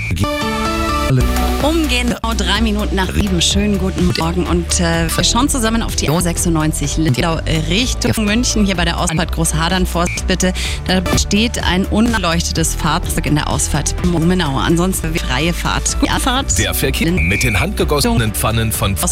Umgehend genau 3 Minuten nach 7. Schönen guten Morgen und wir schauen zusammen auf die O96 Lindau Richtung München, hier bei der Ausfahrt Großhadern. Vorsicht bitte, da steht ein unleuchtetes Fahrzeug in der Ausfahrt Momenau. Ansonsten freie Fahrt. Gute Fahrt. Der Verkehr mit den handgegossenen Pfannen von